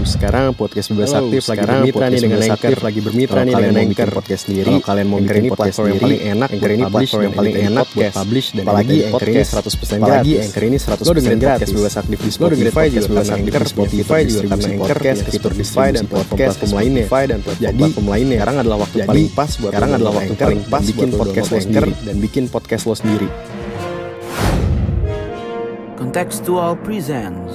Sekarang podcast Bebas Aktif lagi bermitra nih dengan Anchor. Lagi bermitra nih dengan Anchor podcast sendiri. Kalau kalian mau bikin podcast sendiri, paling enak, Anchor ini platform yang paling enak buat publish dan apalagi Anchor ini 100% gratis. Apalagi Anchor ini 100% Lo dengerin gratis. podcast Bebas Aktif di Lo dengerin Spotify podcast juga Bebas karena Aktif Anchor, di Spotify juga karena Anchor, fitur Spotify dan podcast lainnya. Jadi sekarang adalah waktu paling pas buat sekarang adalah waktu paling pas bikin podcast lo sendiri dan bikin podcast lo sendiri. Contextual presents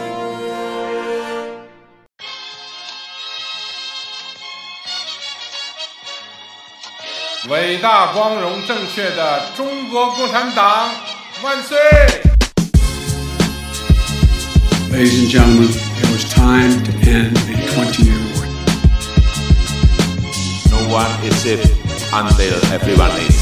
伟大、光荣、正确的中国共产党万岁 Ladies and gentlemen, it was time to end a 20-year war. No one is safe until everyone is.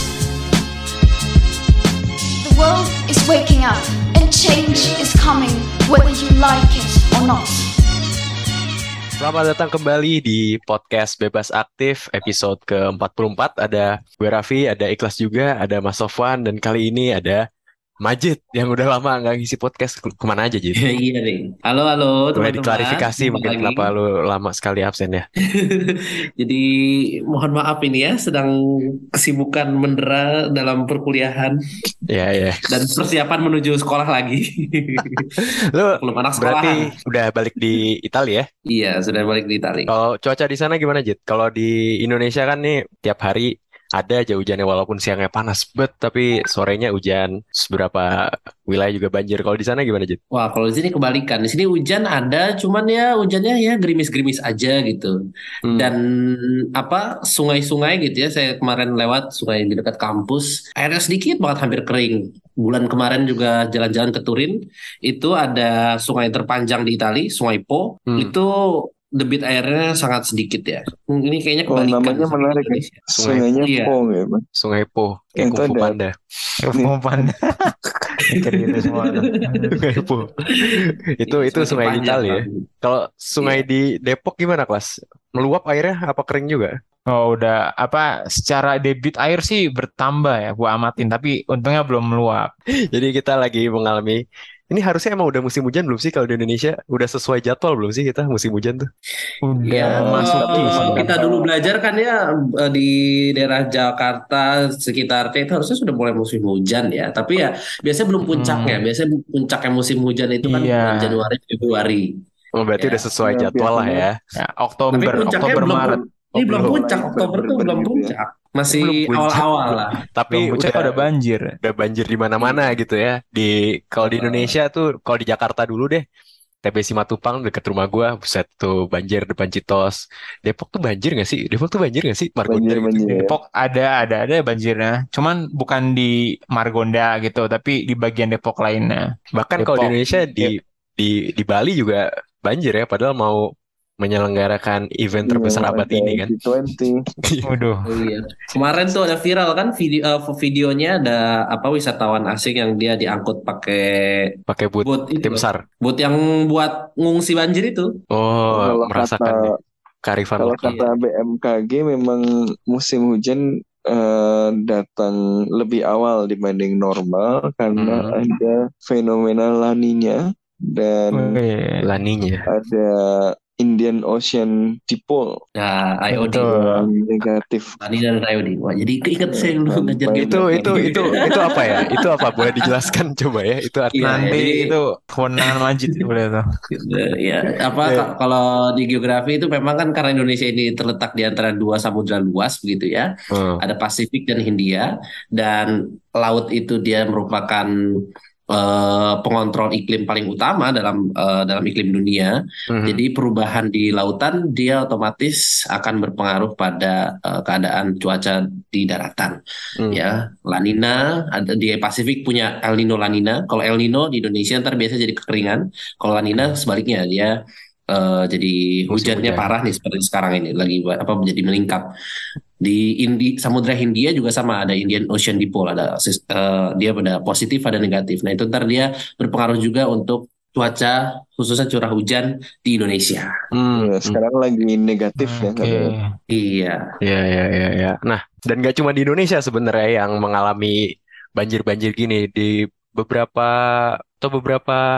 The world is waking up and change is coming whether you like it or not. Selamat datang kembali di podcast Bebas Aktif episode ke-44. Ada gue Raffi, ada Ikhlas juga, ada Mas Sofwan, dan kali ini ada Majid yang udah lama nggak ngisi podcast. Kemana aja, Jid? Iya nih. Halo Boleh teman-teman. diklarifikasi Jumpa mungkin lagi. kenapa lu lama sekali absen ya? Jadi mohon maaf ini ya, sedang kesibukan mendera dalam perkuliahan Ya. dan persiapan menuju sekolah lagi. Lu Belum anak berarti sekolahan. udah balik di Italia ya? Iya, sudah balik di Itali. Kalau cuaca di sana gimana, Jid? Kalau di Indonesia kan nih tiap hari ada aja hujannya walaupun siangnya panas bet, tapi sorenya hujan. Beberapa wilayah juga banjir. Kalau di sana gimana, Jid? Wah, kalau di sini kebalikan. Di sini hujan ada, cuman ya hujannya ya gerimis-gerimis aja gitu. Dan sungai-sungai gitu ya. Saya kemarin lewat sungai di dekat kampus, airnya sedikit banget, hampir kering. Bulan kemarin juga jalan-jalan ke Turin, itu ada sungai terpanjang di Itali, Sungai Po. Itu debit airnya sangat sedikit ya. Ini kayaknya Oh, kebalikan namanya sama menarik ya. Indonesia. Sungainya Iya. Pong ya, Bang. Sungai Po, kayak Itu Kung Fu ada- Panda. Panda. Mikir gitu semua. Sungai Po. Itu sungai di terpanjang, Itali ya. Bang. Kalau sungai Iya. di Depok gimana, Kelas? Meluap airnya apa kering juga? Oh, udah secara debit air sih bertambah ya, gua amatin, tapi untungnya belum meluap. Jadi kita lagi mengalami, ini harusnya emang udah musim hujan belum sih kalau di Indonesia? Udah sesuai jadwal belum sih kita musim hujan tuh? Udah Ya, masuk kalau kita dulu belajar kan ya di daerah Jakarta sekitarnya itu harusnya sudah mulai musim hujan ya. Tapi ya biasanya belum puncaknya. Biasanya puncaknya musim hujan itu kan Iya. bulan Januari, Februari. Oh, berarti Ya. udah sesuai Ya, jadwal lah ya. biasanya. ya, Tapi Oktober puncaknya belum Maret. ini belum belum. puncak. Oktober tuh belum Gitu ya. puncak. Masih Belum puncak. awal-awal lah. Tapi Belum puncak udah banjir. udah banjir di mana-mana gitu ya. Kalau di Indonesia tuh, kalau di Jakarta dulu deh, TBC Matupang deket rumah gua, buset tuh banjir depan Citos. Depok tuh banjir nggak sih? Depok tuh banjir nggak sih? Margonda gitu. Banjir ya. Depok ada banjirnya. Cuman bukan di Margonda gitu, tapi di bagian Depok lainnya. Bahkan kalau di Depok. Indonesia di Bali juga banjir ya, padahal mau menyelenggarakan event terbesar abad ini kan. G20. Waduh. Oh iya. Kemarin tuh ada viral kan videonya, ada wisatawan asing yang dia diangkut pakai Pakai Boot boot itu tim loh. SAR. boot yang buat ngungsi banjir itu. Oh, Kalau merasakan kata- nih kearifan Kalau lokal. kata BMKG memang musim hujan datang lebih awal dibanding normal karena ada fenomena La Nina dan Wih. Laninya. ada Indian Ocean Dipole Nah, IOD. Betul. yang negatif. Tani dan IOD. Wah, jadi keinget saya dulu Sampai ngajar Itu apa ya? Itu apa? Boleh dijelaskan coba ya? Itu artinya. Iya, Nanti jadi- itu kewenangan Majid boleh tuh. Ya, kalau di geografi itu memang kan karena Indonesia ini terletak di antara dua samudra luas begitu ya. Hmm. Ada Pasifik dan Hindia, dan laut itu dia merupakan pengontrol iklim paling utama dalam iklim dunia. Mhm. Jadi perubahan di lautan dia otomatis akan berpengaruh pada keadaan cuaca di daratan. Ya, La Nina ada di Pasifik punya El Nino La Nina. Kalau El Nino di Indonesia ntar biasa jadi kekeringan. Kalau La Nina sebaliknya dia jadi Musim hujannya hujan. parah nih seperti sekarang ini lagi menjadi meningkat. Di Samudra Hindia juga sama, ada Indian Ocean Dipole, dia ada positif ada negatif. Nah itu ntar dia berpengaruh juga untuk cuaca khususnya curah hujan di Indonesia. Ya, sekarang lagi negatif ya Oke. katanya. Iya. Ya. Nah, dan gak cuma di Indonesia sebenarnya yang mengalami banjir-banjir gini di beberapa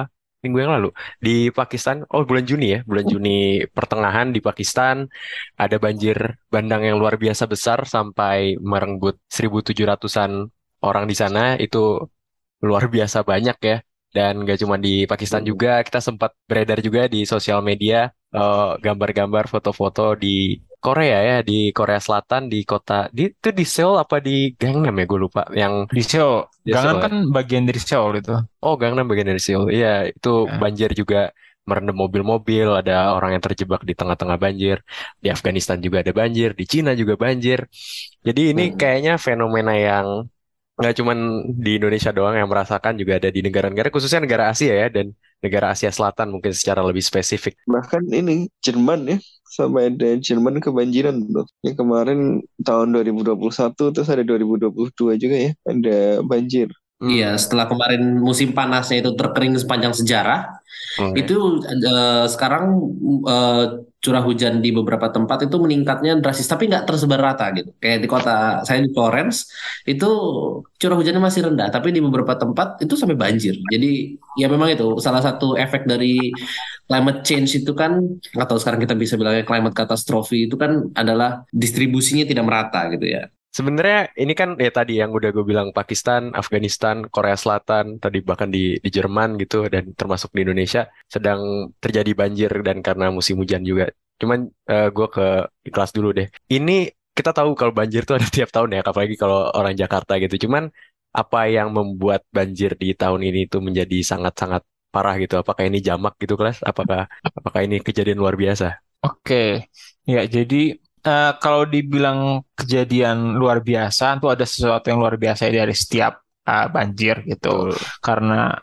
minggu yang lalu di Pakistan, oh bulan Juni ya, bulan Juni pertengahan di Pakistan ada banjir bandang yang luar biasa besar sampai merenggut 1.700-an orang di sana. Itu luar biasa banyak ya. Dan gak cuma di Pakistan juga, kita sempat beredar juga di sosial media gambar-gambar, foto-foto di Korea ya, di Korea Selatan, di kota itu di Seoul apa di Gangnam ya, gue lupa. Yang Di Seoul. di Gangnam Seoul ya. kan bagian dari Seoul itu. Oh, Gangnam bagian dari Seoul. Iya, itu Ya. banjir juga merendam mobil-mobil, ada orang yang terjebak di tengah-tengah banjir. Di Afghanistan juga ada banjir, di Cina juga banjir. Jadi ini kayaknya fenomena yang nggak cuman di Indonesia doang yang merasakan, juga ada di negara-negara, khususnya negara Asia ya, dan negara Asia Selatan mungkin secara lebih spesifik. Bahkan ini Jerman ya, sampai ada Jerman kebanjiran loh. Yang kemarin tahun 2021 terus ada 2022 juga ya, ada banjir. Iya, setelah kemarin musim panasnya itu terkering sepanjang sejarah, itu sekarang curah hujan di beberapa tempat itu meningkatnya drastis, tapi nggak tersebar rata gitu. Kayak di kota saya di Florence, itu curah hujannya masih rendah, tapi di beberapa tempat itu sampai banjir. Jadi ya memang itu salah satu efek dari climate change itu kan, atau sekarang kita bisa bilangnya climate catastrophe itu kan adalah distribusinya tidak merata gitu ya. Sebenarnya ini kan ya tadi yang udah gue bilang, Pakistan, Afghanistan, Korea Selatan, tadi bahkan di Jerman gitu, dan termasuk di Indonesia sedang terjadi banjir dan karena musim hujan juga. Cuman gue ke kelas dulu deh. Ini kita tahu kalau banjir tuh ada tiap tahun ya, apalagi kalau orang Jakarta gitu. Cuman apa yang membuat banjir di tahun ini tuh menjadi sangat-sangat parah gitu? Apakah ini jamak gitu, kelas? Apakah ini kejadian luar biasa? Oke, ya jadi kalau dibilang kejadian luar biasa, itu ada sesuatu yang luar biasa dari setiap banjir gitu. Betul. Karena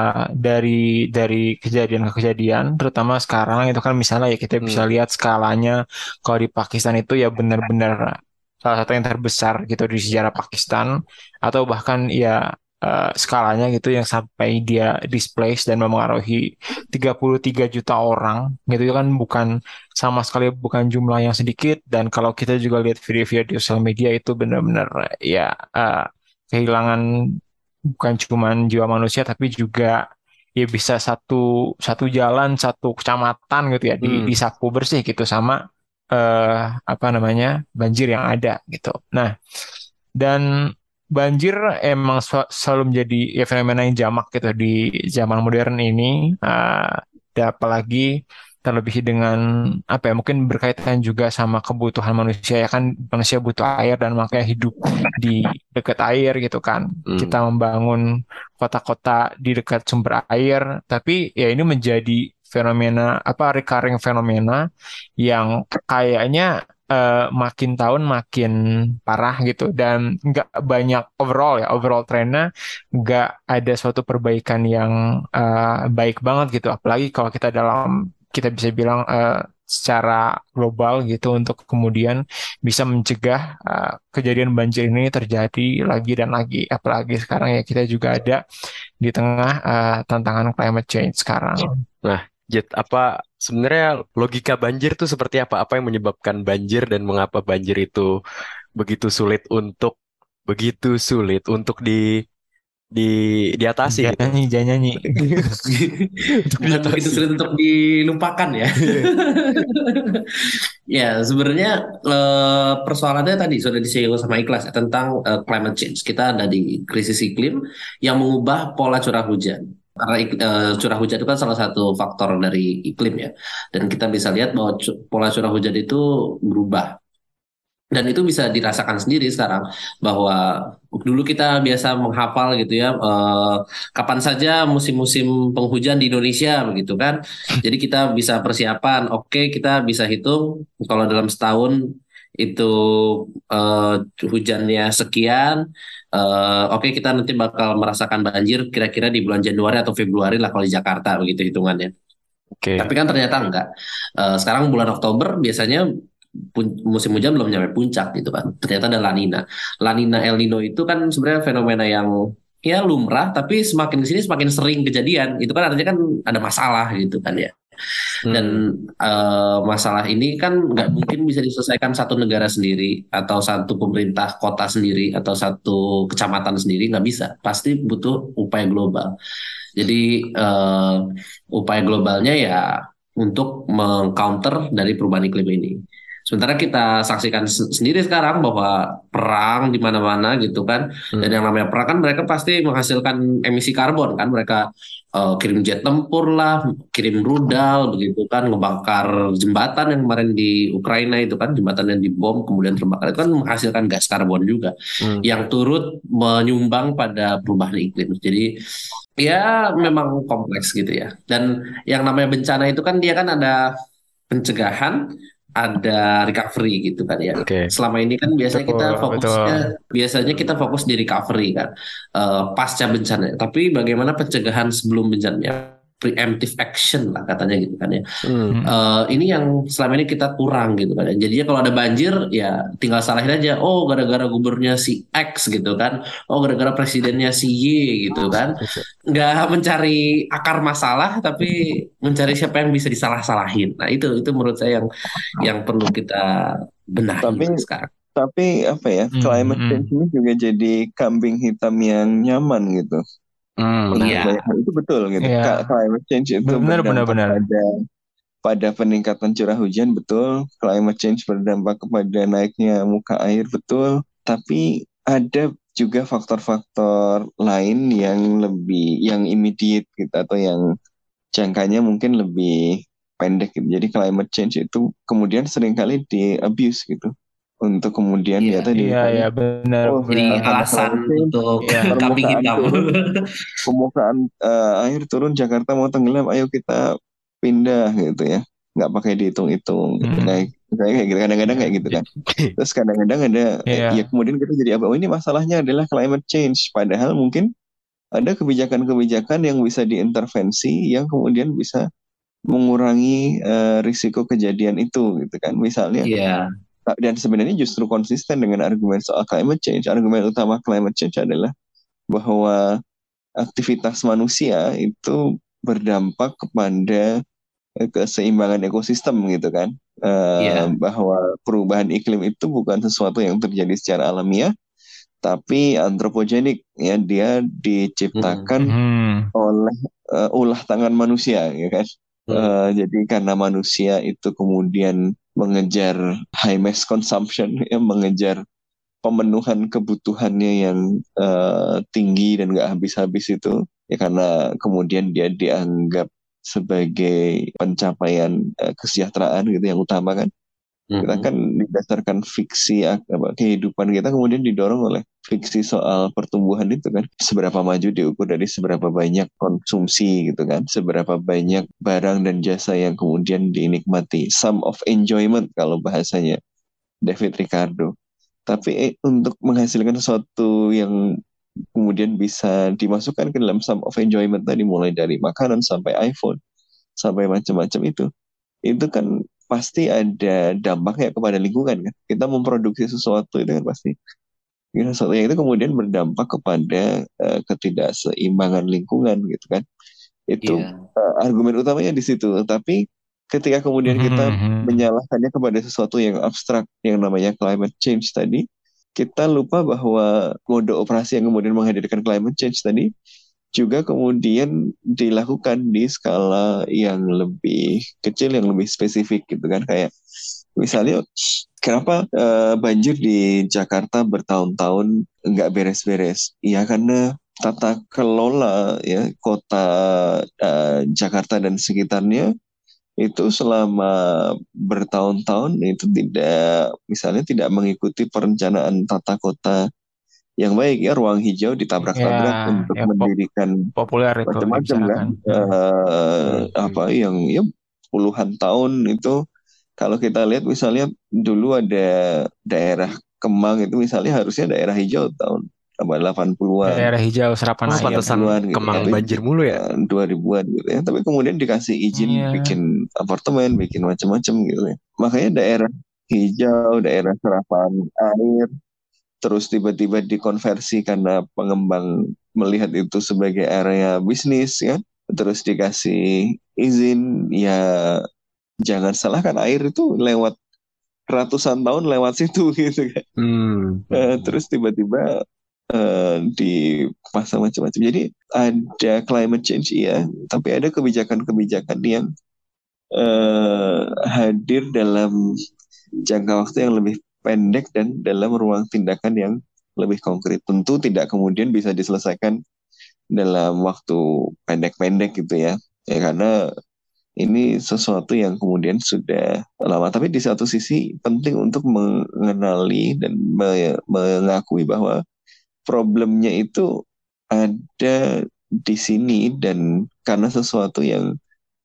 dari kejadian ke kejadian, terutama sekarang itu kan misalnya ya kita bisa lihat skalanya. Kalau di Pakistan itu ya benar-benar salah satu yang terbesar gitu di sejarah Pakistan, atau bahkan ya skalanya gitu yang sampai dia displace dan memengaruhi 33 juta orang gitu kan, sama sekali bukan jumlah yang sedikit. Dan kalau kita juga lihat video-video di sosial media itu benar-benar ya kehilangan bukan cuma jiwa manusia, tapi juga ya bisa satu jalan, satu kecamatan gitu ya disapu bersih gitu sama banjir yang ada gitu. Nah, dan banjir emang selalu menjadi ya fenomena yang jamak gitu di zaman modern ini. Dan apalagi terlebih dengan mungkin berkaitan juga sama kebutuhan manusia ya kan, manusia butuh air dan makanya hidup di dekat air gitu kan. Kita membangun kota-kota di dekat sumber air, tapi ya ini menjadi fenomena recurring fenomena yang kayaknya makin tahun makin parah gitu, dan nggak banyak overall trennya nggak ada suatu perbaikan yang baik banget gitu, apalagi kalau kita bisa bilang secara global gitu, untuk kemudian bisa mencegah kejadian banjir ini terjadi lagi dan lagi, apalagi sekarang ya kita juga ada di tengah tantangan climate change sekarang. Nah, Jet, apa sebenarnya logika banjir itu seperti apa? Apa yang menyebabkan banjir dan mengapa banjir itu begitu sulit untuk diatasi gitu? Jangan nyanyi. Bukan begitu sulit untuk dilupakan ya. Ya, sebenarnya persoalannya tadi sudah disinggung sama Ikhlas ya, tentang climate change. Kita ada di krisis iklim yang mengubah pola curah hujan. Karena curah hujan itu kan salah satu faktor dari iklim ya. Dan kita bisa lihat bahwa pola curah hujan itu berubah. Dan itu bisa dirasakan sendiri sekarang, bahwa dulu kita biasa menghafal gitu ya, kapan saja musim-musim penghujan di Indonesia begitu kan. Jadi kita bisa persiapan, oke, kita bisa hitung kalau dalam setahun itu hujannya sekian, oke, kita nanti bakal merasakan banjir kira-kira di bulan Januari atau Februari lah kalau di Jakarta begitu hitungannya. Tapi kan ternyata enggak. Sekarang bulan Oktober biasanya musim hujan belum nyampe puncak gitu kan. Ternyata ada La Nina. La Nina El Nino itu kan sebenarnya fenomena yang ya lumrah, tapi semakin kesini semakin sering kejadian. Itu kan artinya kan ada masalah gitu kan ya. Dan masalah ini kan nggak mungkin bisa diselesaikan satu negara sendiri atau satu pemerintah kota sendiri atau satu kecamatan sendiri, nggak bisa. Pasti butuh upaya global. Jadi upaya globalnya ya untuk mengcounter dari perubahan iklim ini. Sementara kita saksikan sendiri sekarang bahwa perang di mana-mana gitu kan, dan yang namanya perang kan mereka pasti menghasilkan emisi karbon kan, mereka kirim jet tempur lah, kirim rudal begitu kan, ngebakar jembatan yang kemarin di Ukraina itu kan, jembatan yang dibom kemudian terbakar itu kan menghasilkan gas karbon juga, yang turut menyumbang pada perubahan iklim. Jadi ya memang kompleks gitu ya. Dan yang namanya bencana itu kan dia kan ada pencegahan, ada recovery gitu kan ya. Selama ini kan biasanya kita biasanya fokus di recovery kan, pasca bencana. Tapi bagaimana pencegahan sebelum bencananya, preemptive action lah katanya gitu kan ya. Ini yang selama ini kita kurang gitu kan. Jadinya kalau ada banjir ya tinggal salahin aja. Oh gara-gara gubernurnya si X gitu kan. Oh gara-gara presidennya si Y gitu kan. Nggak mencari akar masalah tapi mencari siapa yang bisa disalah-salahin. Nah itu menurut saya yang perlu kita benahi sekarang. Tapi apa ya, climate change ini juga jadi kambing hitam yang nyaman gitu. Itu betul gitu. Climate change itu berdampak pada peningkatan curah hujan, betul. Climate change berdampak kepada naiknya muka air, betul. Tapi ada juga faktor-faktor lain yang immediate gitu, atau yang jangkanya mungkin lebih pendek gitu. Jadi climate change itu kemudian seringkali di abuse gitu, untuk kemudian benar. Jadi alasan untuk kambing hitam. Permukaan air turun, Jakarta mau tenggelam, ayo kita pindah gitu ya, nggak pakai dihitung-hitung gitu. Kayak gitu, kadang-kadang kayak gitu kan. Terus kadang-kadang ada ya kemudian kita jadi apa? Oh ini masalahnya adalah climate change, padahal mungkin ada kebijakan-kebijakan yang bisa diintervensi yang kemudian bisa mengurangi risiko kejadian itu gitu kan. Misalnya dan sebenarnya justru konsisten dengan argumen soal climate change. Argumen utama climate change adalah bahwa aktivitas manusia itu berdampak kepada keseimbangan ekosistem gitu kan. Bahwa perubahan iklim itu bukan sesuatu yang terjadi secara alamiah, tapi antropogenik ya, dia diciptakan oleh ulah tangan manusia ya kan. Jadi karena manusia itu kemudian mengejar high mass consumption, ya, mengejar pemenuhan kebutuhannya yang tinggi dan nggak habis-habis itu, ya karena kemudian dia dianggap sebagai pencapaian kesejahteraan gitu yang utama kan. Kita kan didasarkan fiksi kehidupan kita kemudian didorong oleh fiksi soal pertumbuhan itu kan. Seberapa maju diukur dari seberapa banyak konsumsi gitu kan. Seberapa banyak barang dan jasa yang kemudian dinikmati. Sum of enjoyment kalau bahasanya David Ricardo. Tapi untuk menghasilkan sesuatu yang kemudian bisa dimasukkan ke dalam sum of enjoyment tadi, mulai dari makanan sampai iPhone, sampai macam-macam itu kan pasti ada dampaknya kepada lingkungan kan. Kita memproduksi sesuatu itu kan pasti sesuatu yang itu kemudian berdampak kepada ketidakseimbangan lingkungan gitu kan. Itu argumen utamanya di situ. Tapi ketika kemudian kita menyalahkannya kepada sesuatu yang abstrak yang namanya climate change tadi, kita lupa bahwa mode operasi yang kemudian menghadirkan climate change tadi juga kemudian dilakukan di skala yang lebih kecil, yang lebih spesifik gitu kan. Kayak misalnya kenapa banjir di Jakarta bertahun-tahun nggak beres-beres? Ya karena tata kelola ya kota Jakarta dan sekitarnya itu selama bertahun-tahun itu tidak mengikuti perencanaan tata kota yang baik ya. Ruang hijau ditabrak-tabrak untuk mendirikan macam-macam kan. Yang ya puluhan tahun itu kalau kita lihat misalnya dulu ada daerah Kemang itu misalnya harusnya daerah hijau tahun 80-an. Daerah hijau serapan air. Gitu. Kemang banjir mulu ya. 2000-an gitu ya. Tapi kemudian dikasih izin bikin apartemen, bikin macam-macam gitu ya. Makanya daerah hijau, daerah serapan air, terus tiba-tiba dikonversi karena pengembang melihat itu sebagai area bisnis kan. Terus dikasih izin ya, jangan salahkan, air itu lewat ratusan tahun lewat situ gitu kan. Terus tiba-tiba di masa macam-macam. Jadi ada climate change ya, tapi ada kebijakan-kebijakan yang hadir dalam jangka waktu yang lebih pendek dan dalam ruang tindakan yang lebih konkret. Tentu tidak kemudian bisa diselesaikan dalam waktu pendek-pendek gitu ya. Ya karena ini sesuatu yang kemudian sudah lama. Tapi di satu sisi penting untuk mengenali dan mengakui bahwa problemnya itu ada di sini, dan karena sesuatu yang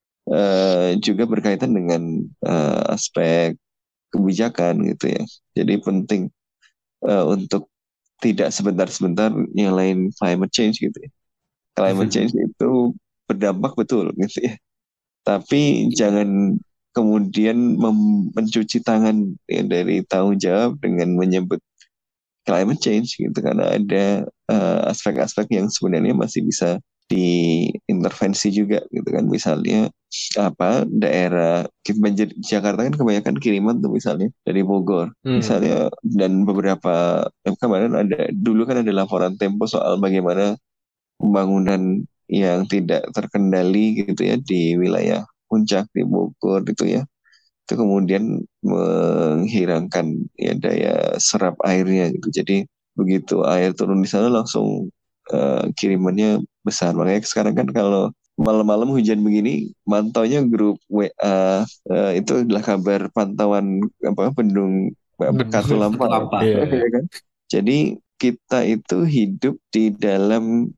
juga berkaitan dengan aspek kebijakan gitu ya. Jadi penting untuk tidak sebentar-sebentar nyalain climate change gitu ya. Climate change itu berdampak betul gitu ya. Tapi jangan kemudian mencuci tangan ya, dari tanggung jawab dengan menyebut climate change gitu, karena ada aspek-aspek yang sebenarnya masih bisa diintervensi juga gitu kan. Misalnya daerah banjir Jakarta kan kebanyakan kiriman tuh misalnya dari Bogor misalnya, dan beberapa kemarin dulu kan ada laporan Tempo soal bagaimana pembangunan yang tidak terkendali gitu ya di wilayah Puncak di Bogor gitu ya, itu kemudian menghilangkan ya daya serap airnya gitu. Jadi begitu air turun di sana langsung kirimannya besar. Makanya sekarang kan kalau malam-malam hujan begini, mantaunya grup WA itu adalah kabar pantauan bendung Katulampa. Ya kan? Jadi kita itu hidup di dalam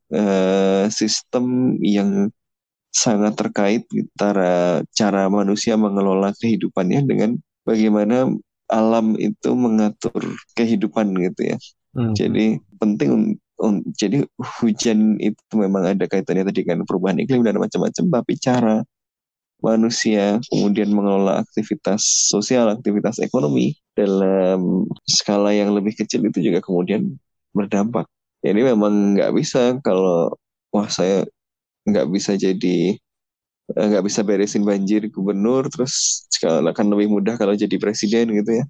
sistem yang sangat terkait antara cara manusia mengelola kehidupannya dengan bagaimana alam itu mengatur kehidupan gitu ya. Jadi penting jadi hujan itu memang ada kaitannya tadi dengan perubahan iklim dan macam-macam, tapi cara manusia kemudian mengelola aktivitas sosial, aktivitas ekonomi dalam skala yang lebih kecil itu juga kemudian berdampak. Jadi memang nggak bisa kalau saya nggak bisa nggak bisa beresin banjir gubernur terus akan lebih mudah kalau jadi presiden gitu ya.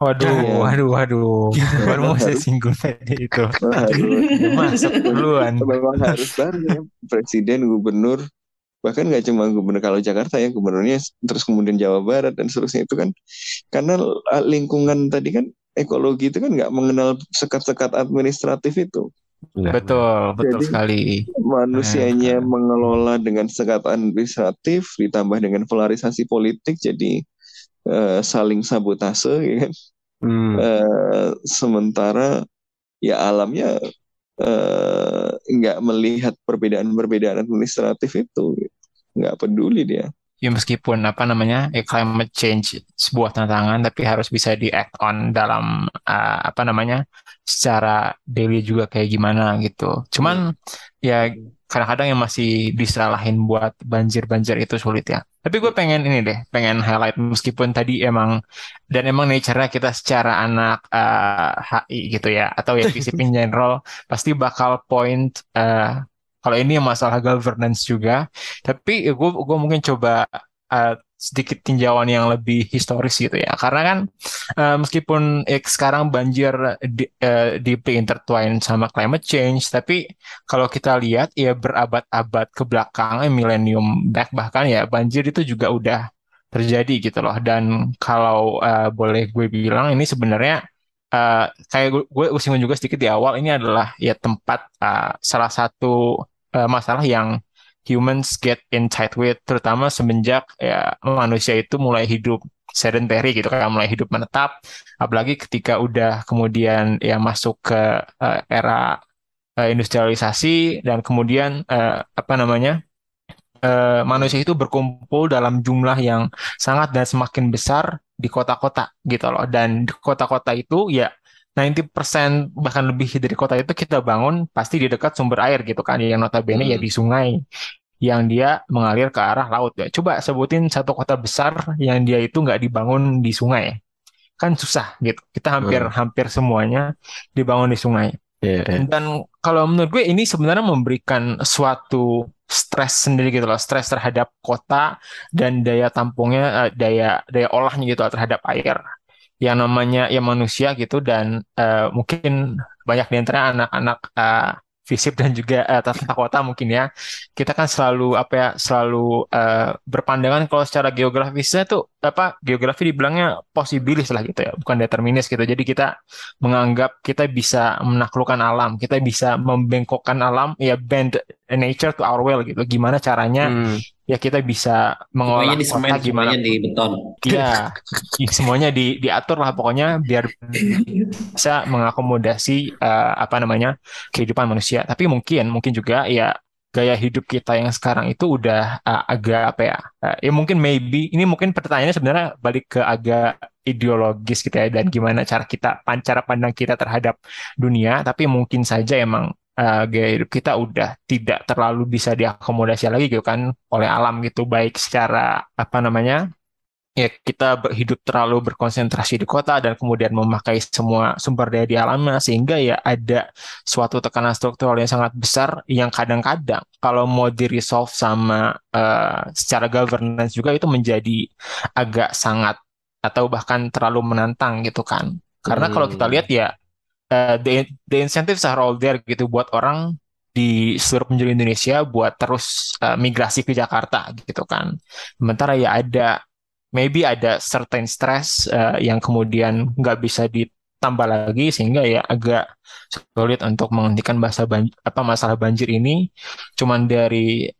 Waduh. Baru mau saya singgung tadi itu. Masuk duluan. Memang harus bareng ya, presiden, gubernur, bahkan nggak cuma gubernur kalau Jakarta ya, gubernurnya terus kemudian Jawa Barat dan seterusnya itu kan karena lingkungan tadi kan, ekologi itu kan nggak mengenal sekat-sekat administratif itu. Betul sekali. Manusianya mengelola dengan sekat administratif ditambah dengan polarisasi politik, jadi saling sabotase ya kan. Sementara ya alamnya nggak melihat perbedaan-perbedaan administratif itu, nggak peduli dia. Ya meskipun climate change sebuah tantangan, tapi harus bisa di act on dalam secara daily juga kayak gimana gitu. Cuman ya kadang-kadang yang masih disalahin buat banjir itu sulit ya. Tapi gue pengen highlight meskipun tadi emang nature-nya kita secara anak HI gitu ya, atau ya FISIP in general pasti bakal point kalau ini masalah governance juga. Tapi gue mungkin coba sedikit tinjauan yang lebih historis gitu ya. Karena kan meskipun sekarang banjir deeply intertwined sama climate change, tapi kalau kita lihat ya berabad-abad ke belakang, millennium back bahkan ya, banjir itu juga udah terjadi gitu loh. Dan kalau boleh gue bilang ini sebenarnya kayak gue singgung juga sedikit di awal, ini adalah ya tempat salah satu masalah yang humans get in tight with, terutama semenjak ya manusia itu mulai hidup sedentary gitu kan, mulai hidup menetap, apalagi ketika udah kemudian ya masuk ke era industrialisasi, dan kemudian manusia itu berkumpul dalam jumlah yang sangat dan semakin besar di kota-kota gitu loh. Dan di kota-kota itu ya 90% bahkan lebih dari kota itu kita bangun pasti di dekat sumber air gitu kan, yang notabene ya di sungai yang dia mengalir ke arah laut ya. Coba sebutin satu kota besar yang dia itu nggak dibangun di sungai, kan susah gitu. Kita hampir semuanya dibangun di sungai. Dan kalau menurut gue ini sebenarnya memberikan suatu stres sendiri gitu loh, stres terhadap kota dan daya tampungnya, daya daya olahnya gitu loh terhadap air. Yang namanya ya manusia gitu dan mungkin banyak di antara anak-anak FISIP dan juga tata kota mungkin ya. Kita kan selalu selalu berpandangan kalau secara geografisnya tuh geografi dibilangnya posibilis lah gitu ya, bukan determinis gitu. Jadi kita menganggap kita bisa menaklukkan alam, kita bisa membengkokkan alam, ya bend nature to our will gitu. Gimana caranya ya kita bisa mengolah Semuanya di semen, kota gimana? semuanya di beton. Iya, semuanya diatur lah pokoknya biar bisa mengakomodasi kehidupan manusia. Tapi mungkin juga ya gaya hidup kita yang sekarang itu udah agak ya mungkin maybe ini mungkin pertanyaannya sebenarnya balik ke agak ideologis gitu ya dan gimana cara pandang kita terhadap dunia. Tapi mungkin saja emang gaya hidup kita udah tidak terlalu bisa diakomodasi lagi gitu kan oleh alam gitu, baik secara ya kita hidup terlalu berkonsentrasi di kota dan kemudian memakai semua sumber daya di alamnya sehingga ya ada suatu tekanan struktural yang sangat besar yang kadang-kadang kalau mau di-resolve sama secara governance juga itu menjadi agak sangat atau bahkan terlalu menantang gitu kan. Karena kalau kita lihat ya the incentives are all there gitu buat orang di seluruh penjuru Indonesia buat terus migrasi ke Jakarta gitu kan. Sementara ya maybe ada certain stress yang kemudian nggak bisa ditambah lagi sehingga ya agak sulit untuk menghentikan masalah banjir ini cuman dari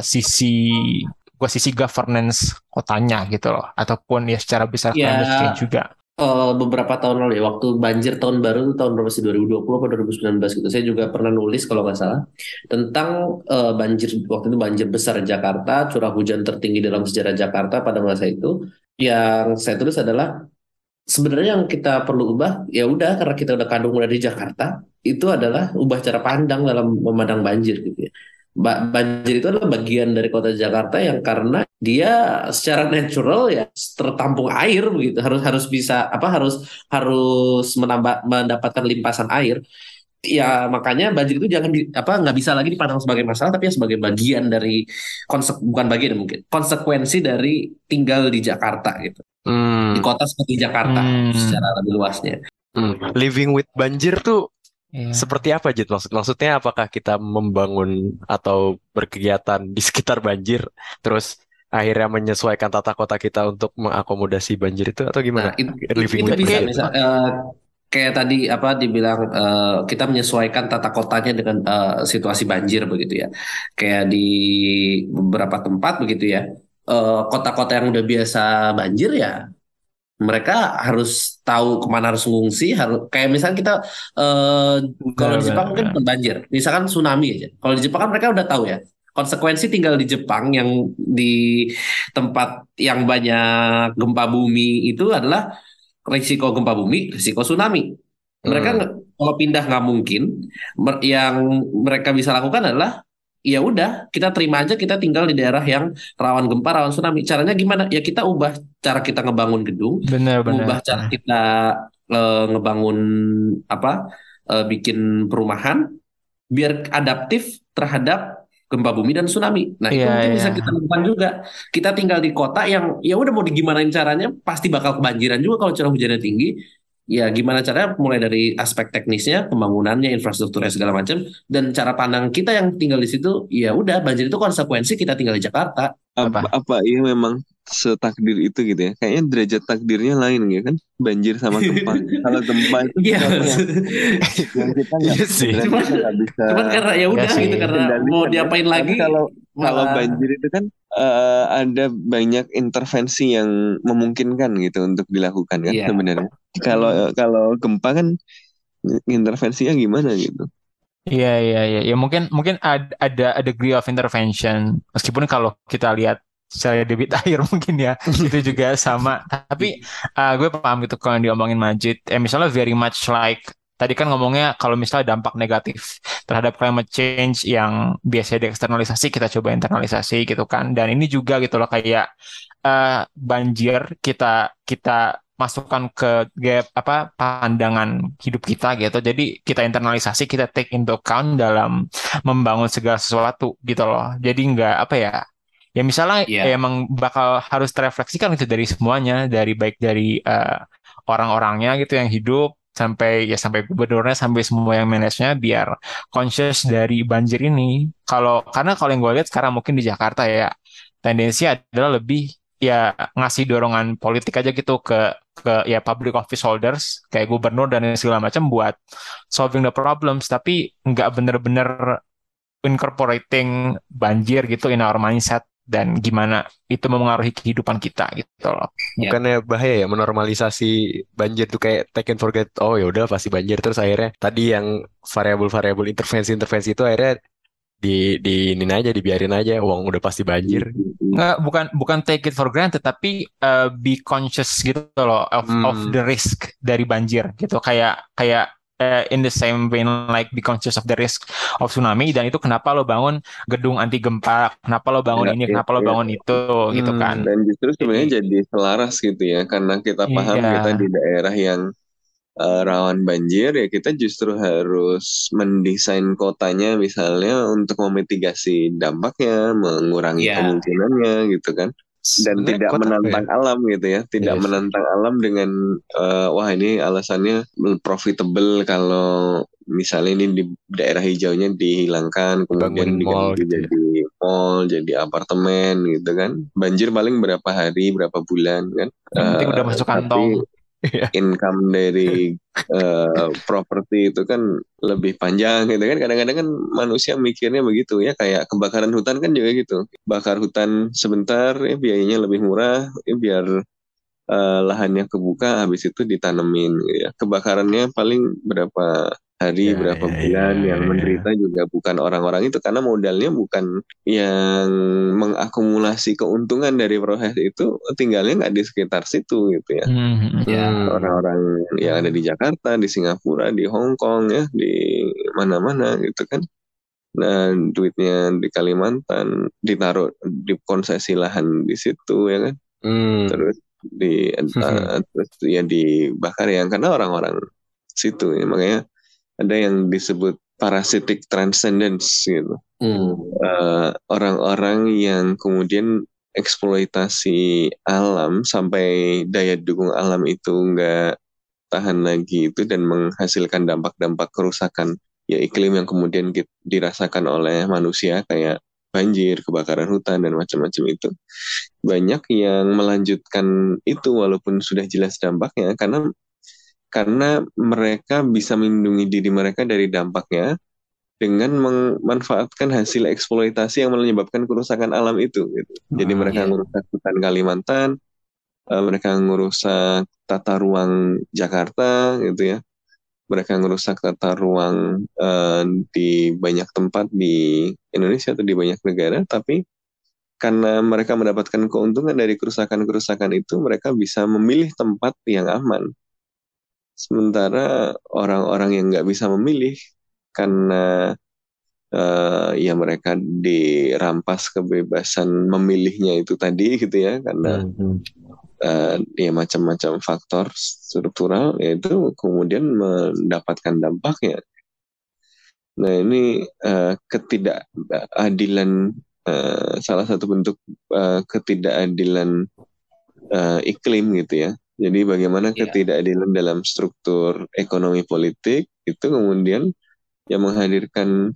sisi governance kotanya gitu loh ataupun ya secara besar climate change juga. Beberapa tahun lalu ya, waktu banjir tahun baru itu tahun berapa sih, 2020 atau 2019 gitu. Saya juga pernah nulis kalau nggak salah tentang banjir, waktu itu banjir besar Jakarta, curah hujan tertinggi dalam sejarah Jakarta pada masa itu. Yang saya tulis adalah sebenarnya yang kita perlu ubah ya udah karena kita udah kadung udah di Jakarta, itu adalah ubah cara pandang dalam memandang banjir gitu ya. Banjir itu adalah bagian dari kota Jakarta yang karena dia secara natural ya tertampung air begitu, harus bisa harus mendapatkan limpasan air. Ya makanya banjir itu jangan nggak bisa lagi dipandang sebagai masalah tapi ya sebagai bagian dari bukan bagian mungkin konsekuensi dari tinggal di Jakarta gitu. Di kota seperti Jakarta secara lebih luasnya. Living with banjir tuh seperti apa, Jit? Maksudnya apakah kita membangun atau berkegiatan di sekitar banjir terus akhirnya menyesuaikan tata kota kita untuk mengakomodasi banjir itu atau gimana? Itu bisa kayak tadi dibilang kita menyesuaikan tata kotanya dengan situasi banjir begitu ya. Kayak di beberapa tempat begitu ya. Kota-kota yang udah biasa banjir ya mereka harus tahu kemana harus mengungsi. Kayak misalnya kita kalau di Jepang mungkin bukan banjir, misalkan tsunami aja. Kalau di Jepang kan mereka udah tahu ya konsekuensi tinggal di Jepang yang di tempat yang banyak gempa bumi itu adalah risiko gempa bumi, risiko tsunami. Mereka kalau pindah nggak mungkin. Yang mereka bisa lakukan adalah ya udah kita terima aja kita tinggal di daerah yang rawan gempa, rawan tsunami. Caranya gimana? Ya kita ubah cara kita ngebangun gedung, ubah cara kita ngebangun bikin perumahan biar adaptif terhadap gempa bumi dan tsunami. Nah itu mungkin bisa kita lakukan juga. Kita tinggal di kota yang ya udah mau digimanain caranya pasti bakal kebanjiran juga kalau curah hujannya tinggi. Ya gimana caranya mulai dari aspek teknisnya, pembangunannya, infrastrukturnya segala macam dan cara pandang kita yang tinggal di situ ya udah banjir itu konsekuensi kita tinggal di Jakarta. Apa iya memang setakdir itu gitu ya? Kayaknya derajat takdirnya lain ya kan? Banjir sama gempa. Kalau gempa itu yang kita nggak bisa. Cuman karena ya udah gitu karena mau diapain lagi. Kalau banjir itu kan ada banyak intervensi yang memungkinkan gitu untuk dilakukan kan sebenarnya. Kalau gempa kan intervensinya gimana gitu? Iya. Ya mungkin ada degree of intervention. Meskipun kalau kita lihat secara debit air mungkin ya itu juga sama. Tapi gue paham gitu kalau yang diomongin Majid. Misalnya very much like tadi kan ngomongnya kalau misalnya dampak negatif terhadap climate change yang biasanya dieksternalisasi kita coba internalisasi gitu kan. Dan ini juga gitu loh kayak banjir kita masukan ke pandangan hidup kita gitu. Jadi kita internalisasi, kita take into account dalam membangun segala sesuatu gitu loh. Jadi nggak ya misalnya emang bakal harus terefleksikan itu dari semuanya, dari baik dari orang-orangnya gitu yang hidup sampai gubernurnya sampai semua yang manage-nya, biar conscious dari banjir ini. Karena kalau yang gue lihat sekarang mungkin di Jakarta ya tendensi adalah lebih ya ngasih dorongan politik aja gitu ke ya public office holders kayak gubernur dan segala macam buat solving the problems, tapi nggak bener-bener incorporating banjir gitu in our mindset dan gimana itu memengaruhi kehidupan kita gitu loh. Bukannya bahaya ya menormalisasi banjir tuh kayak take and forget, oh ya udah pasti banjir, terus akhirnya tadi yang variabel-variabel intervensi itu akhirnya ini aja, dibiarin aja, uang udah pasti banjir. Nggak, bukan take it for granted, tapi be conscious gitu loh of the risk dari banjir gitu, kayak in the same vein like be conscious of the risk of tsunami, dan itu kenapa lo bangun gedung anti gempa, kenapa lo bangun kenapa lo bangun itu gitu kan. Dan justru sebenarnya jadi selaras gitu ya, karena kita paham kita di daerah yang rawan banjir, ya kita justru harus mendesain kotanya misalnya untuk memitigasi dampaknya, mengurangi kemungkinannya gitu kan, dan tidak menantang alam gitu ya, tidak menantang alam dengan wah ini alasannya profitable kalau misalnya ini di daerah hijaunya dihilangkan kemudian diganti jadi mall, jadi apartemen gitu kan, banjir paling berapa hari berapa bulan kan, yang penting udah masuk kantong. Income dari properti itu kan lebih panjang gitu kan. Kadang-kadang kan manusia mikirnya begitu ya, kayak kebakaran hutan kan juga gitu, bakar hutan sebentar ya biayanya lebih murah ya, biar lahannya kebuka, habis itu ditanemin ya. Kebakarannya paling berapa hari berapa bulan, yang menderita juga bukan orang-orang itu, karena modalnya bukan yang mengakumulasi keuntungan dari proses itu, tinggalnya nggak di sekitar situ gitu ya. Orang-orang yang ada di Jakarta, di Singapura, di Hong Kong ya, di mana-mana gitu kan. Nah, duitnya di Kalimantan ditaruh di konsesi lahan di situ ya kan. Terus terus ya dibakar ya, karena orang-orang situ ya. Makanya ada yang disebut parasitic transcendence gitu. Orang-orang yang kemudian eksploitasi alam sampai daya dukung alam itu nggak tahan lagi itu, dan menghasilkan dampak-dampak kerusakan ya iklim yang kemudian dirasakan oleh manusia kayak banjir, kebakaran hutan dan macam-macam itu. Banyak yang melanjutkan itu walaupun sudah jelas dampaknya, karena mereka bisa melindungi diri mereka dari dampaknya dengan memanfaatkan hasil eksploitasi yang menyebabkan kerusakan alam itu gitu. Jadi mereka merusak hutan Kalimantan, mereka merusak tata ruang Jakarta gitu ya, mereka merusak tata ruang di banyak tempat di Indonesia atau di banyak negara, tapi karena mereka mendapatkan keuntungan dari kerusakan-kerusakan itu, mereka bisa memilih tempat yang aman. Sementara orang-orang yang nggak bisa memilih karena ya mereka dirampas kebebasan memilihnya itu tadi gitu ya, karena ya macam-macam faktor struktural, yaitu kemudian mendapatkan dampaknya. Nah ini ketidakadilan, salah satu bentuk ketidakadilan iklim gitu ya. Jadi bagaimana ketidakadilan dalam struktur ekonomi politik itu kemudian yang menghadirkan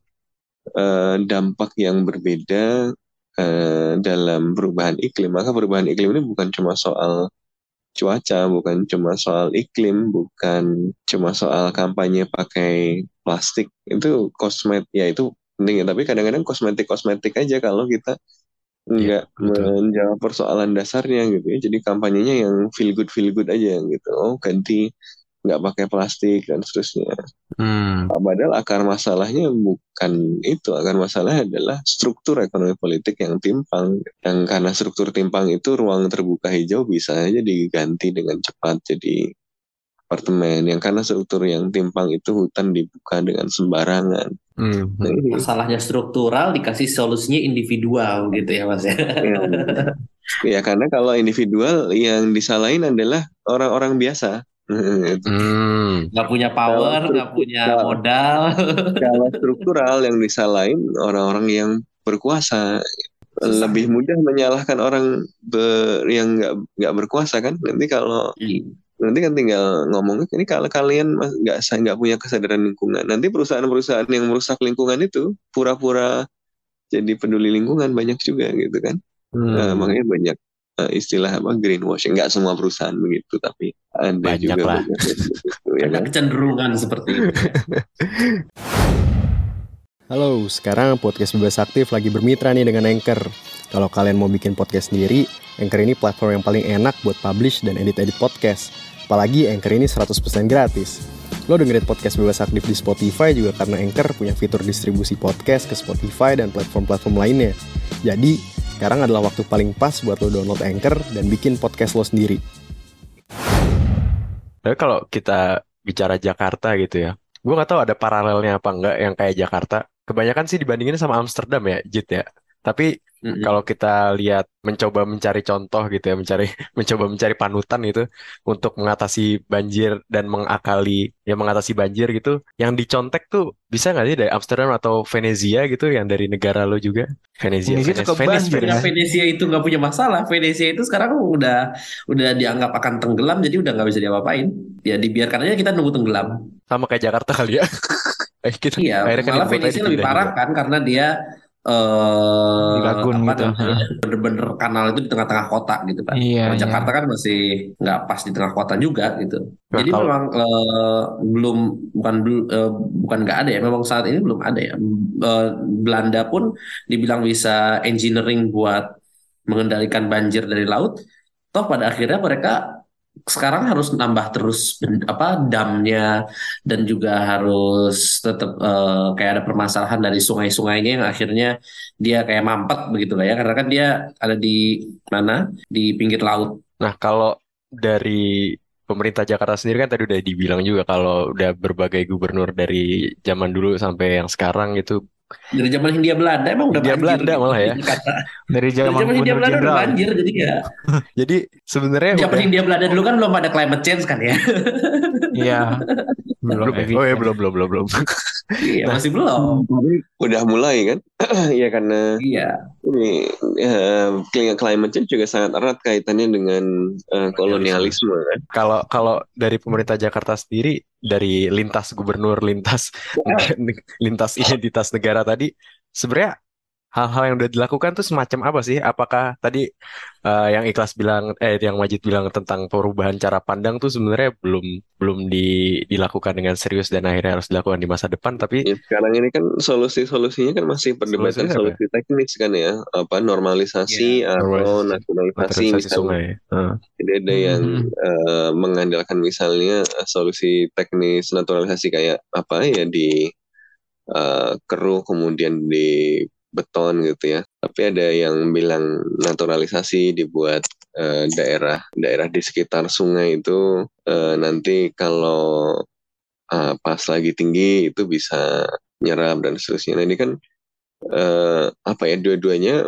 dampak yang berbeda dalam perubahan iklim. Maka perubahan iklim ini bukan cuma soal cuaca, bukan cuma soal iklim, bukan cuma soal kampanye pakai plastik. Itu ya itu penting, tapi kadang-kadang kosmetik aja kalau kita nggak menjawab persoalan dasarnya gitu ya. Jadi kampanyenya yang feel good aja gitu. Oh ganti nggak pakai plastik dan seterusnya. Padahal akar masalahnya bukan itu. Akar masalahnya adalah struktur ekonomi politik yang timpang. Yang karena struktur timpang itu, ruang terbuka hijau bisa aja diganti dengan cepat jadi apartemen. Yang karena struktur yang timpang itu, hutan dibuka dengan sembarangan. Masalahnya struktural, dikasih solusinya individual gitu ya Mas ya. Ya karena kalau individual yang disalahin adalah orang-orang biasa. Nggak punya Kalau power, nggak punya modal. kalau struktural yang disalahin orang-orang yang berkuasa. Susah Lebih gitu. mudah menyalahkan orang yang nggak berkuasa kan. Nanti kan tinggal ngomong ini kalau kalian nggak punya kesadaran lingkungan. Nanti perusahaan-perusahaan yang merusak lingkungan itu pura-pura jadi peduli lingkungan banyak juga gitu kan. Makanya banyak istilah apa greenwashing. Nggak semua perusahaan begitu, tapi ada Banyak juga lah. banyak yang begitu, ya Ada kan. kecenderungan seperti itu ya. Halo, sekarang podcast Bebas Aktif lagi bermitra nih dengan Anchor. Kalau kalian mau bikin podcast sendiri, Anchor ini platform yang paling enak buat publish dan edit-edit podcast. Apalagi Anchor ini 100% gratis. Lo dengerin podcast Bebas Aktif di Spotify juga karena Anchor punya fitur distribusi podcast ke Spotify dan platform-platform lainnya. Jadi, sekarang adalah waktu paling pas buat lo download Anchor dan bikin podcast lo sendiri. Tapi kalau kita bicara Jakarta gitu ya, gue nggak tahu ada paralelnya apa enggak yang kayak Jakarta. Kebanyakan sih dibandingin sama Amsterdam ya, Jit ya. Tapi kalau kita lihat mencoba mencari contoh gitu ya, mencoba mencari panutan gitu untuk mengatasi banjir dan mengatasi banjir gitu, yang dicontek tuh bisa nggak sih dari Amsterdam atau Venezia gitu, yang dari negara lo juga? Venezia cukup banjir Karena ya. Venesia itu nggak punya masalah. Venesia itu sekarang udah dianggap akan tenggelam, jadi udah nggak bisa diapa-apain. Ya dibiarkan aja kita nunggu tenggelam. Sama kayak Jakarta kali ya. Iya, Akhirnya kan malah ibu kotanya Venesia lebih dipindah parah juga. kan karena dia Di Lagun apa gitu. namanya bener-bener kanal itu di tengah-tengah kota gitu kan. Iya, Kalau iya. Jakarta kan masih nggak pas di tengah kota juga gitu. Nah, Jadi kalau memang belum bukan nggak ada ya. Memang saat ini belum ada ya. Belanda pun dibilang bisa engineering buat mengendalikan banjir dari laut. Toh pada akhirnya mereka sekarang harus nambah terus damnya dan juga harus tetap kayak ada permasalahan dari sungai-sungainya yang akhirnya dia kayak mampet begitu lah ya karena kan dia ada di mana di pinggir laut. Nah, kalau dari pemerintah Jakarta sendiri kan tadi udah dibilang juga kalau udah berbagai gubernur dari zaman dulu sampai yang sekarang gitu. Dari zaman Hindia Belanda emang udah Hindia banjir Belanda gitu malah di ya. Jakarta. Dari Dari zaman zaman Hindia Gubernur Belanda udah Jenderal. banjir jadi ya. Jadi sebenarnya Zaman udah Hindia Belanda dulu kan belum ada climate change kan ya. Iya, belum belum ya? EV. Oh ya, belum. Iya Nah, masih belum. Udah mulai kan. Ya karena Iya. ini climate change juga sangat erat kaitannya dengan kolonialisme kan. kalau dari pemerintah Jakarta sendiri, dari lintas gubernur, lintas identitas negara tadi, sebenarnya hal-hal yang udah dilakukan tuh semacam apa sih? Apakah tadi yang Majid bilang tentang perubahan cara pandang tuh sebenarnya belum belum dilakukan dengan serius dan akhirnya harus dilakukan di masa depan, tapi Ya, sekarang ini kan solusinya kan masih perdebatan solusinya apa ya? solusi teknis kan ya, apa normalisasi atau naturalisasi Naturalisasi misalnya. sungai. Jadi ada yang mengandalkan misalnya solusi teknis naturalisasi kayak apa ya di keruh kemudian di beton gitu ya. Tapi ada yang bilang naturalisasi dibuat daerah di sekitar sungai itu nanti kalau pas lagi tinggi itu bisa nyerap dan seterusnya. Nah ini kan apa ya dua-duanya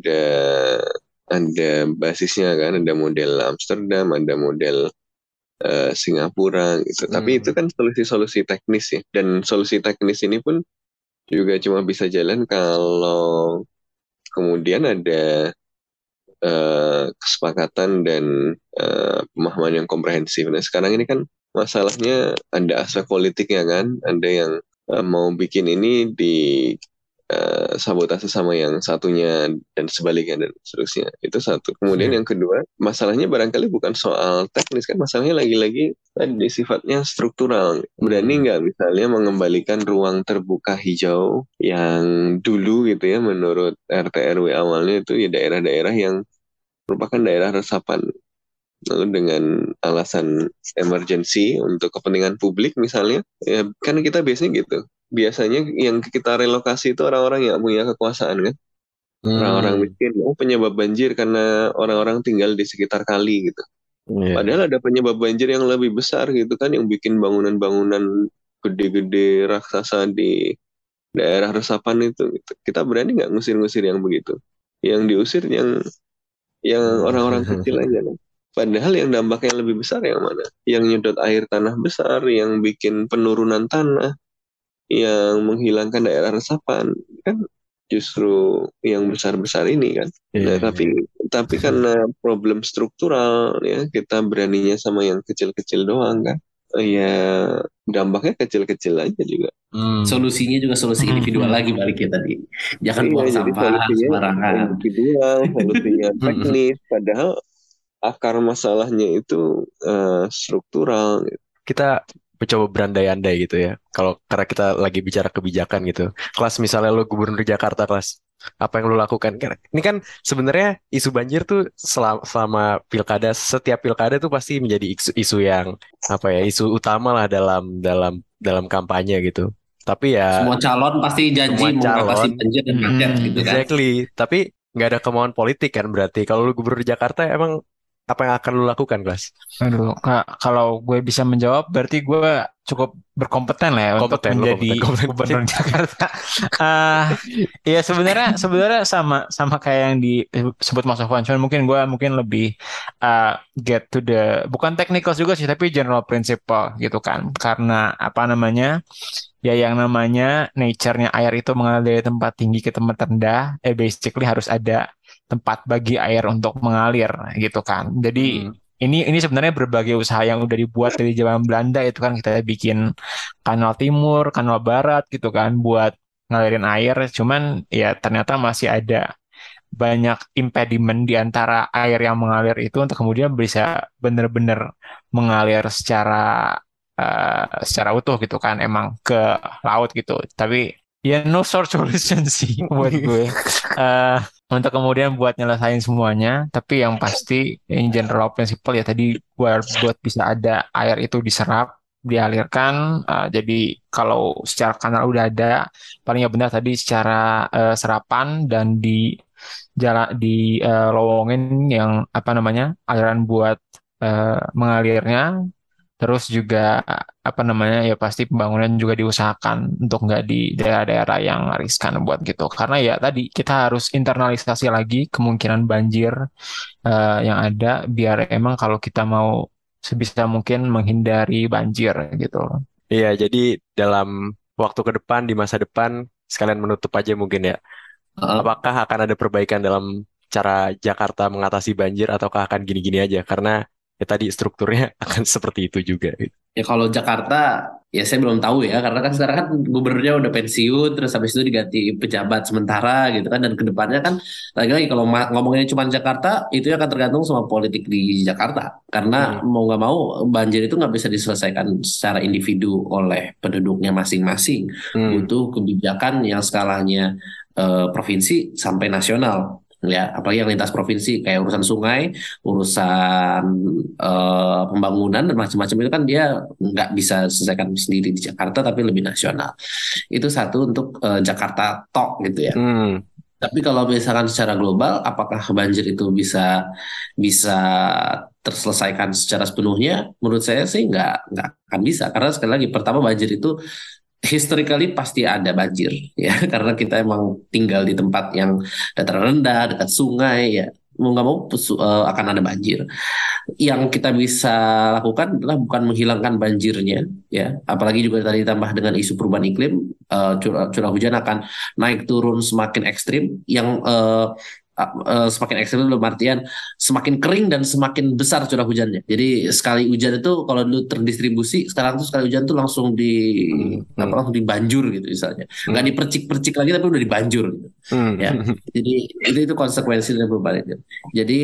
ada basisnya kan, ada model Amsterdam, ada model Singapura gitu. Tapi itu kan solusi-solusi teknis ya. Dan solusi teknis ini pun juga cuma bisa jalan kalau kemudian ada kesepakatan dan pemahaman yang komprehensif. Nah sekarang ini kan masalahnya ada aspek politiknya kan, ada yang mau bikin ini di sabotase sama yang satunya dan sebaliknya dan seterusnya. Itu satu. Kemudian yang kedua, masalahnya barangkali bukan soal teknis kan, masalahnya lagi-lagi tadi sifatnya struktural. Berani nggak misalnya mengembalikan ruang terbuka hijau yang dulu gitu ya menurut RT RW awalnya itu ya daerah-daerah yang merupakan daerah resapan. Lalu dengan alasan emergency untuk kepentingan publik misalnya, ya kan kita biasanya gitu. Biasanya yang kita relokasi itu orang-orang yang punya kekuasaan kan. Orang-orang miskin, penyebab banjir karena orang-orang tinggal di sekitar kali gitu. Padahal ada penyebab banjir yang lebih besar gitu kan, yang bikin bangunan-bangunan gede-gede raksasa di daerah resapan itu. Gitu. Kita berani nggak ngusir-ngusir yang begitu? Yang diusir yang yang orang-orang kecil aja kan. Padahal yang dampaknya lebih besar yang mana? Yang nyedot air tanah besar, yang bikin penurunan tanah, yang menghilangkan daerah resapan kan justru yang besar-besar ini kan. Nah, tapi karena problem struktural ya, kita beraninya sama yang kecil-kecil doang kan. Ya dampaknya kecil-kecil aja juga. Solusinya juga solusi individual lagi balik ya tadi. Jangan buang sampah sembarangan. Individual, solusinya teknis, padahal akar masalahnya itu struktural. Kita mencoba berandai-andai gitu ya. Karena kita lagi bicara kebijakan gitu. Kelas misalnya lo gubernur Jakarta, kelas apa yang lo lakukan? Ini kan sebenarnya isu banjir tuh selama pilkada, setiap pilkada tuh pasti menjadi isu yang apa ya, isu utama lah dalam kampanye gitu. Tapi ya semua calon pasti janji mengatasi banjir dan macet gitu kan. Exactly. Tapi nggak ada kemauan politik kan berarti. Kalau lu gubernur Jakarta emang apa yang akan lu lakukan, Kelas? Aduh, kalau gue bisa menjawab, berarti gue cukup berkompeten lah ya untuk menjadi gubernur Jakarta. Ya sebenarnya sama kayak yang disebut Mas Sofwan, cuman mungkin lebih get to the, bukan technical juga sih, tapi general principle gitu kan. Karena apa namanya? Ya yang namanya nature-nya air itu mengalir dari tempat tinggi ke tempat rendah, basically harus ada tempat bagi air untuk mengalir gitu kan. Jadi ini sebenarnya berbagai usaha yang udah dibuat dari zaman Belanda itu kan, kita bikin kanal timur, kanal barat gitu kan buat ngalirin air. Cuman ya ternyata masih ada banyak impediment di antara air yang mengalir itu untuk kemudian bisa benar-benar mengalir secara utuh gitu kan, emang ke laut gitu. Tapi ya no short solution sih buat gue untuk kemudian buat nyelesain semuanya. Tapi yang pasti in general principle ya tadi, buat bisa ada air itu diserap, dialirkan. Jadi kalau secara kanal udah ada, paling benar tadi secara serapan dan di lowongin yang apa namanya aliran buat mengalirnya. Terus juga apa namanya ya pasti pembangunan juga diusahakan untuk nggak di daerah-daerah yang riskan buat gitu. Karena ya tadi kita harus internalisasi lagi kemungkinan banjir yang ada, biar emang kalau kita mau sebisa mungkin menghindari banjir gitu. Iya, jadi dalam waktu ke depan, di masa depan, sekalian menutup aja mungkin ya. Apakah akan ada perbaikan dalam cara Jakarta mengatasi banjir, ataukah akan gini-gini aja? Karena ya tadi strukturnya akan seperti itu juga. Ya kalau Jakarta ya saya belum tahu ya, karena kan sekarang kan gubernurnya udah pensiun, terus habis itu diganti pejabat sementara gitu kan, dan kedepannya kan lagi-lagi kalau ngomongin cuma Jakarta itu akan tergantung sama politik di Jakarta, karena mau nggak mau banjir itu nggak bisa diselesaikan secara individu oleh penduduknya masing-masing, butuh kebijakan yang skalanya provinsi sampai nasional. Ya, apalagi yang lintas provinsi kayak urusan sungai, urusan pembangunan dan macam-macam itu kan dia nggak bisa selesaikan sendiri di Jakarta, tapi lebih nasional. Itu satu untuk Jakarta tok gitu ya. Tapi kalau misalkan secara global, apakah banjir itu bisa terselesaikan secara sepenuhnya? Menurut saya sih nggak akan bisa, karena sekali lagi pertama banjir itu historically pasti ada banjir ya, karena kita emang tinggal di tempat yang dataran rendah, dekat sungai ya, mau nggak mau akan ada banjir. Yang kita bisa lakukan adalah bukan menghilangkan banjirnya ya, apalagi juga tadi ditambah dengan isu perubahan iklim, curah hujan akan naik turun semakin ekstrim, yang semakin ekstrim dalam artian semakin kering dan semakin besar curah hujannya. Jadi sekali hujan itu kalau dulu terdistribusi, sekarang tuh sekali hujan tuh langsung langsung dibanjur gitu misalnya. Nggak dipercik-percik lagi tapi udah dibanjur gitu. Ya. Jadi itu konsekuensi dari perubahan itu. Jadi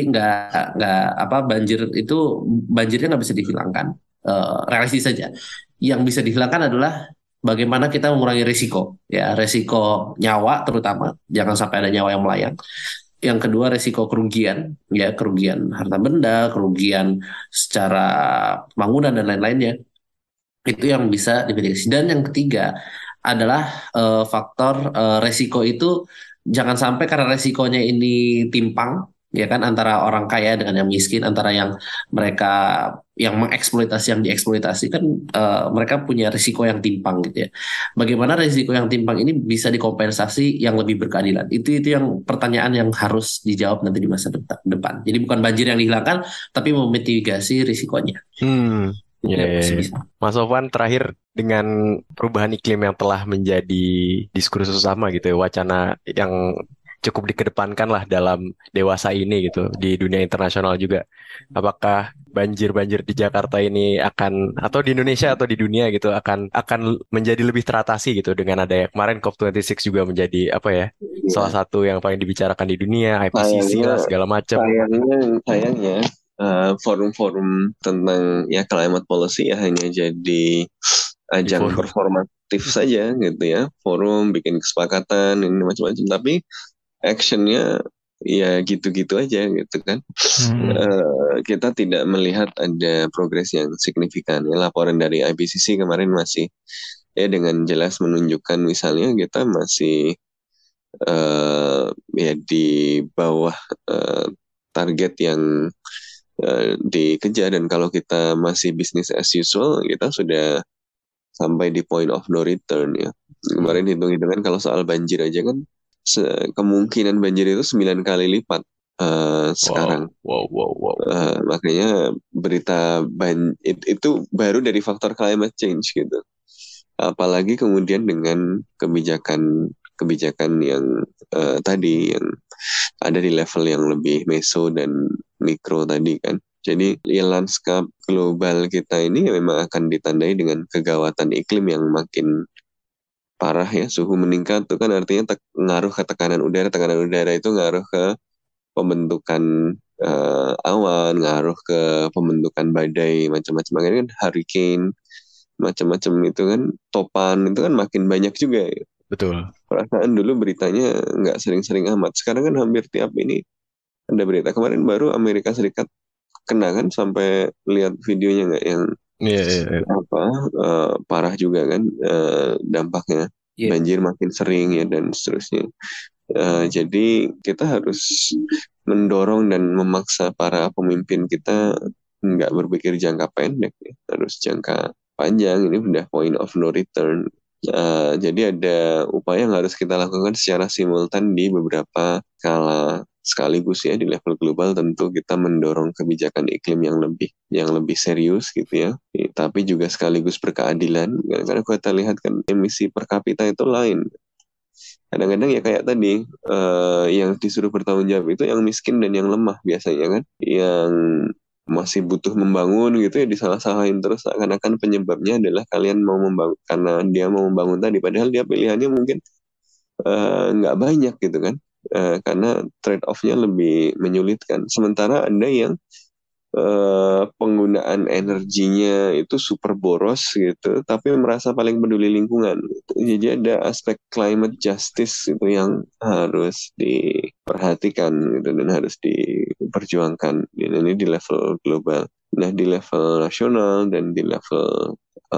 banjirnya nggak bisa dihilangkan. Realistis saja. Yang bisa dihilangkan adalah bagaimana kita mengurangi risiko nyawa terutama, jangan sampai ada nyawa yang melayang. Yang kedua resiko kerugian harta benda, kerugian secara pembangunan dan lain-lainnya, itu yang bisa dimitigasi. Dan yang ketiga adalah faktor resiko itu jangan sampai karena resikonya ini timpang ya kan, antara orang kaya dengan yang miskin, antara yang mereka yang mengeksploitasi, yang dieksploitasi kan, mereka punya risiko yang timpang gitu ya. Bagaimana risiko yang timpang ini bisa dikompensasi yang lebih berkeadilan? Itu yang pertanyaan yang harus dijawab nanti di masa depan. Jadi bukan banjir yang dihilangkan, tapi memitigasi risikonya. Itu Ya, yang ya, masih ya. bisa. Mas Sofwan, terakhir dengan perubahan iklim yang telah menjadi diskursus utama gitu ya, wacana yang cukup dikedepankan lah dalam dewasa ini gitu di dunia internasional juga. Apakah banjir-banjir di Jakarta ini akan atau di Indonesia atau di dunia gitu akan menjadi lebih teratasi gitu dengan adanya kemarin COP26 juga menjadi apa ya, salah Ya, satu yang paling dibicarakan di dunia, IPCC sayangnya lah segala macam. sayangnya forum-forum tentang ya climate policy ya hanya jadi Di ajang forum. performatif saja gitu ya, forum bikin kesepakatan ini macam-macam, tapi actionnya ya gitu-gitu aja gitu kan. Kita tidak melihat ada progres yang signifikan ya. Laporan dari IPCC kemarin masih ya dengan jelas menunjukkan misalnya kita masih ya di bawah target yang dikejar, dan kalau kita masih business as usual kita sudah sampai di point of no return ya. Kemarin hitung-hitungan kalau soal banjir aja kan kemungkinan banjir itu 9 kali lipat sekarang. Wow. Makanya berita itu baru dari faktor climate change gitu. Apalagi kemudian dengan kebijakan yang tadi yang ada di level yang lebih meso dan mikro tadi kan. Jadi ya lanskap global kita ini memang akan ditandai dengan kegawatan iklim yang makin parah ya. Suhu meningkat itu kan artinya ngaruh ke tekanan udara itu ngaruh ke pembentukan awan, ngaruh ke pembentukan badai macam-macam. Makanya kan hurricane macam-macam itu kan, topan itu kan makin banyak juga ya. Betul. Perasaan dulu beritanya nggak sering-sering amat. Sekarang kan hampir tiap ini ada berita. Kemarin baru Amerika Serikat kena kan, sampai lihat videonya nggak yang apa parah juga kan dampaknya. Banjir makin sering ya dan seterusnya. Jadi kita harus mendorong dan memaksa para pemimpin kita nggak berpikir jangka pendek ya. Harus jangka panjang. Ini udah point of no return. Jadi ada upaya yang harus kita lakukan secara simultan di beberapa skala sekaligus ya. Di level global tentu kita mendorong kebijakan iklim yang lebih serius gitu ya, tapi juga sekaligus berkeadilan, karena kita lihat kan emisi per kapita itu lain. Kadang-kadang ya kayak tadi yang disuruh bertanggung jawab itu yang miskin dan yang lemah biasanya kan, yang masih butuh membangun gitu ya disalah-salahin terus, seakan-akan penyebabnya adalah kalian mau membangun karena dia mau membangun tadi, padahal dia pilihannya mungkin nggak banyak gitu kan, karena trade off-nya lebih menyulitkan. Sementara ada yang penggunaan energinya itu super boros gitu, tapi merasa paling peduli lingkungan gitu. Jadi ada aspek climate justice itu yang harus diperhatikan gitu, dan harus diperjuangkan. Ini di level global. Nah di level nasional dan di level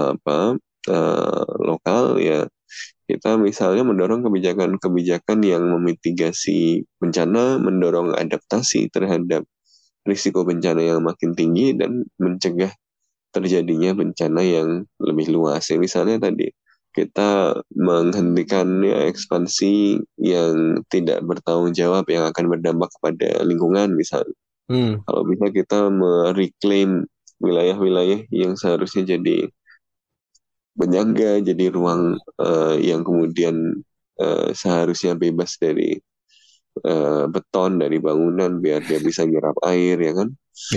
lokal ya, kita misalnya mendorong kebijakan-kebijakan yang memitigasi bencana, mendorong adaptasi terhadap risiko bencana yang makin tinggi dan mencegah terjadinya bencana yang lebih luas. Ya, misalnya tadi kita menghentikan ya, ekspansi yang tidak bertanggung jawab yang akan berdampak kepada lingkungan misalnya. Kalau bisa kita mereclaim wilayah-wilayah yang seharusnya jadi penyangga, jadi ruang yang kemudian seharusnya bebas dari beton, dari bangunan, biar dia bisa nyerap air ya kan.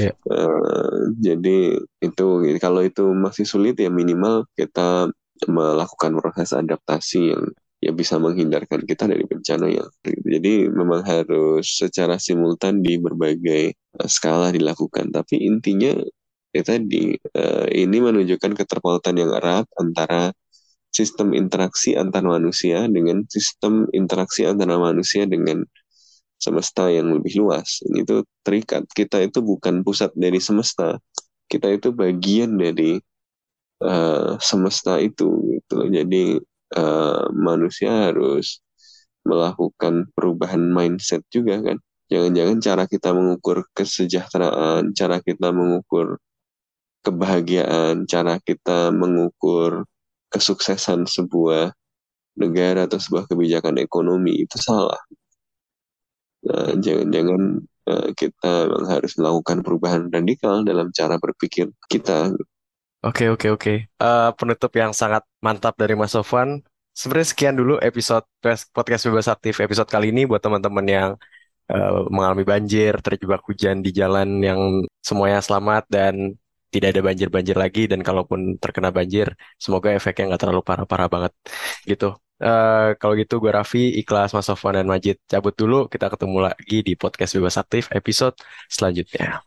Jadi itu kalau itu masih sulit ya minimal kita melakukan proses adaptasi yang ya bisa menghindarkan kita dari bencana ya. Jadi memang harus secara simultan di berbagai skala dilakukan. Tapi intinya ya tadi ini menunjukkan keterkaitan yang erat antara sistem interaksi antar manusia dengan sistem interaksi antara manusia dengan semesta yang lebih luas. Itu terikat. Kita itu bukan pusat dari semesta. Kita itu bagian dari semesta itu. Gitu. Jadi manusia harus melakukan perubahan mindset juga kan. Jangan-jangan cara kita mengukur kesejahteraan, cara kita mengukur kebahagiaan, cara kita mengukur kesuksesan sebuah negara atau sebuah kebijakan ekonomi itu salah. Nah, jangan-jangan kita memang harus melakukan perubahan radikal dalam cara berpikir kita. Oke. Penutup yang sangat mantap dari Mas Sofwan. Sebenarnya sekian dulu episode podcast Bebas Aktif episode kali ini buat teman-teman yang mengalami banjir, terjebak hujan di jalan, yang semuanya selamat dan tidak ada banjir-banjir lagi, dan kalaupun terkena banjir semoga efeknya nggak terlalu parah-parah banget gitu. Kalau gitu gue Raffi, Ikhlas, Mas Sofwan dan Majid cabut dulu. Kita ketemu lagi di podcast Bebas Aktif episode selanjutnya.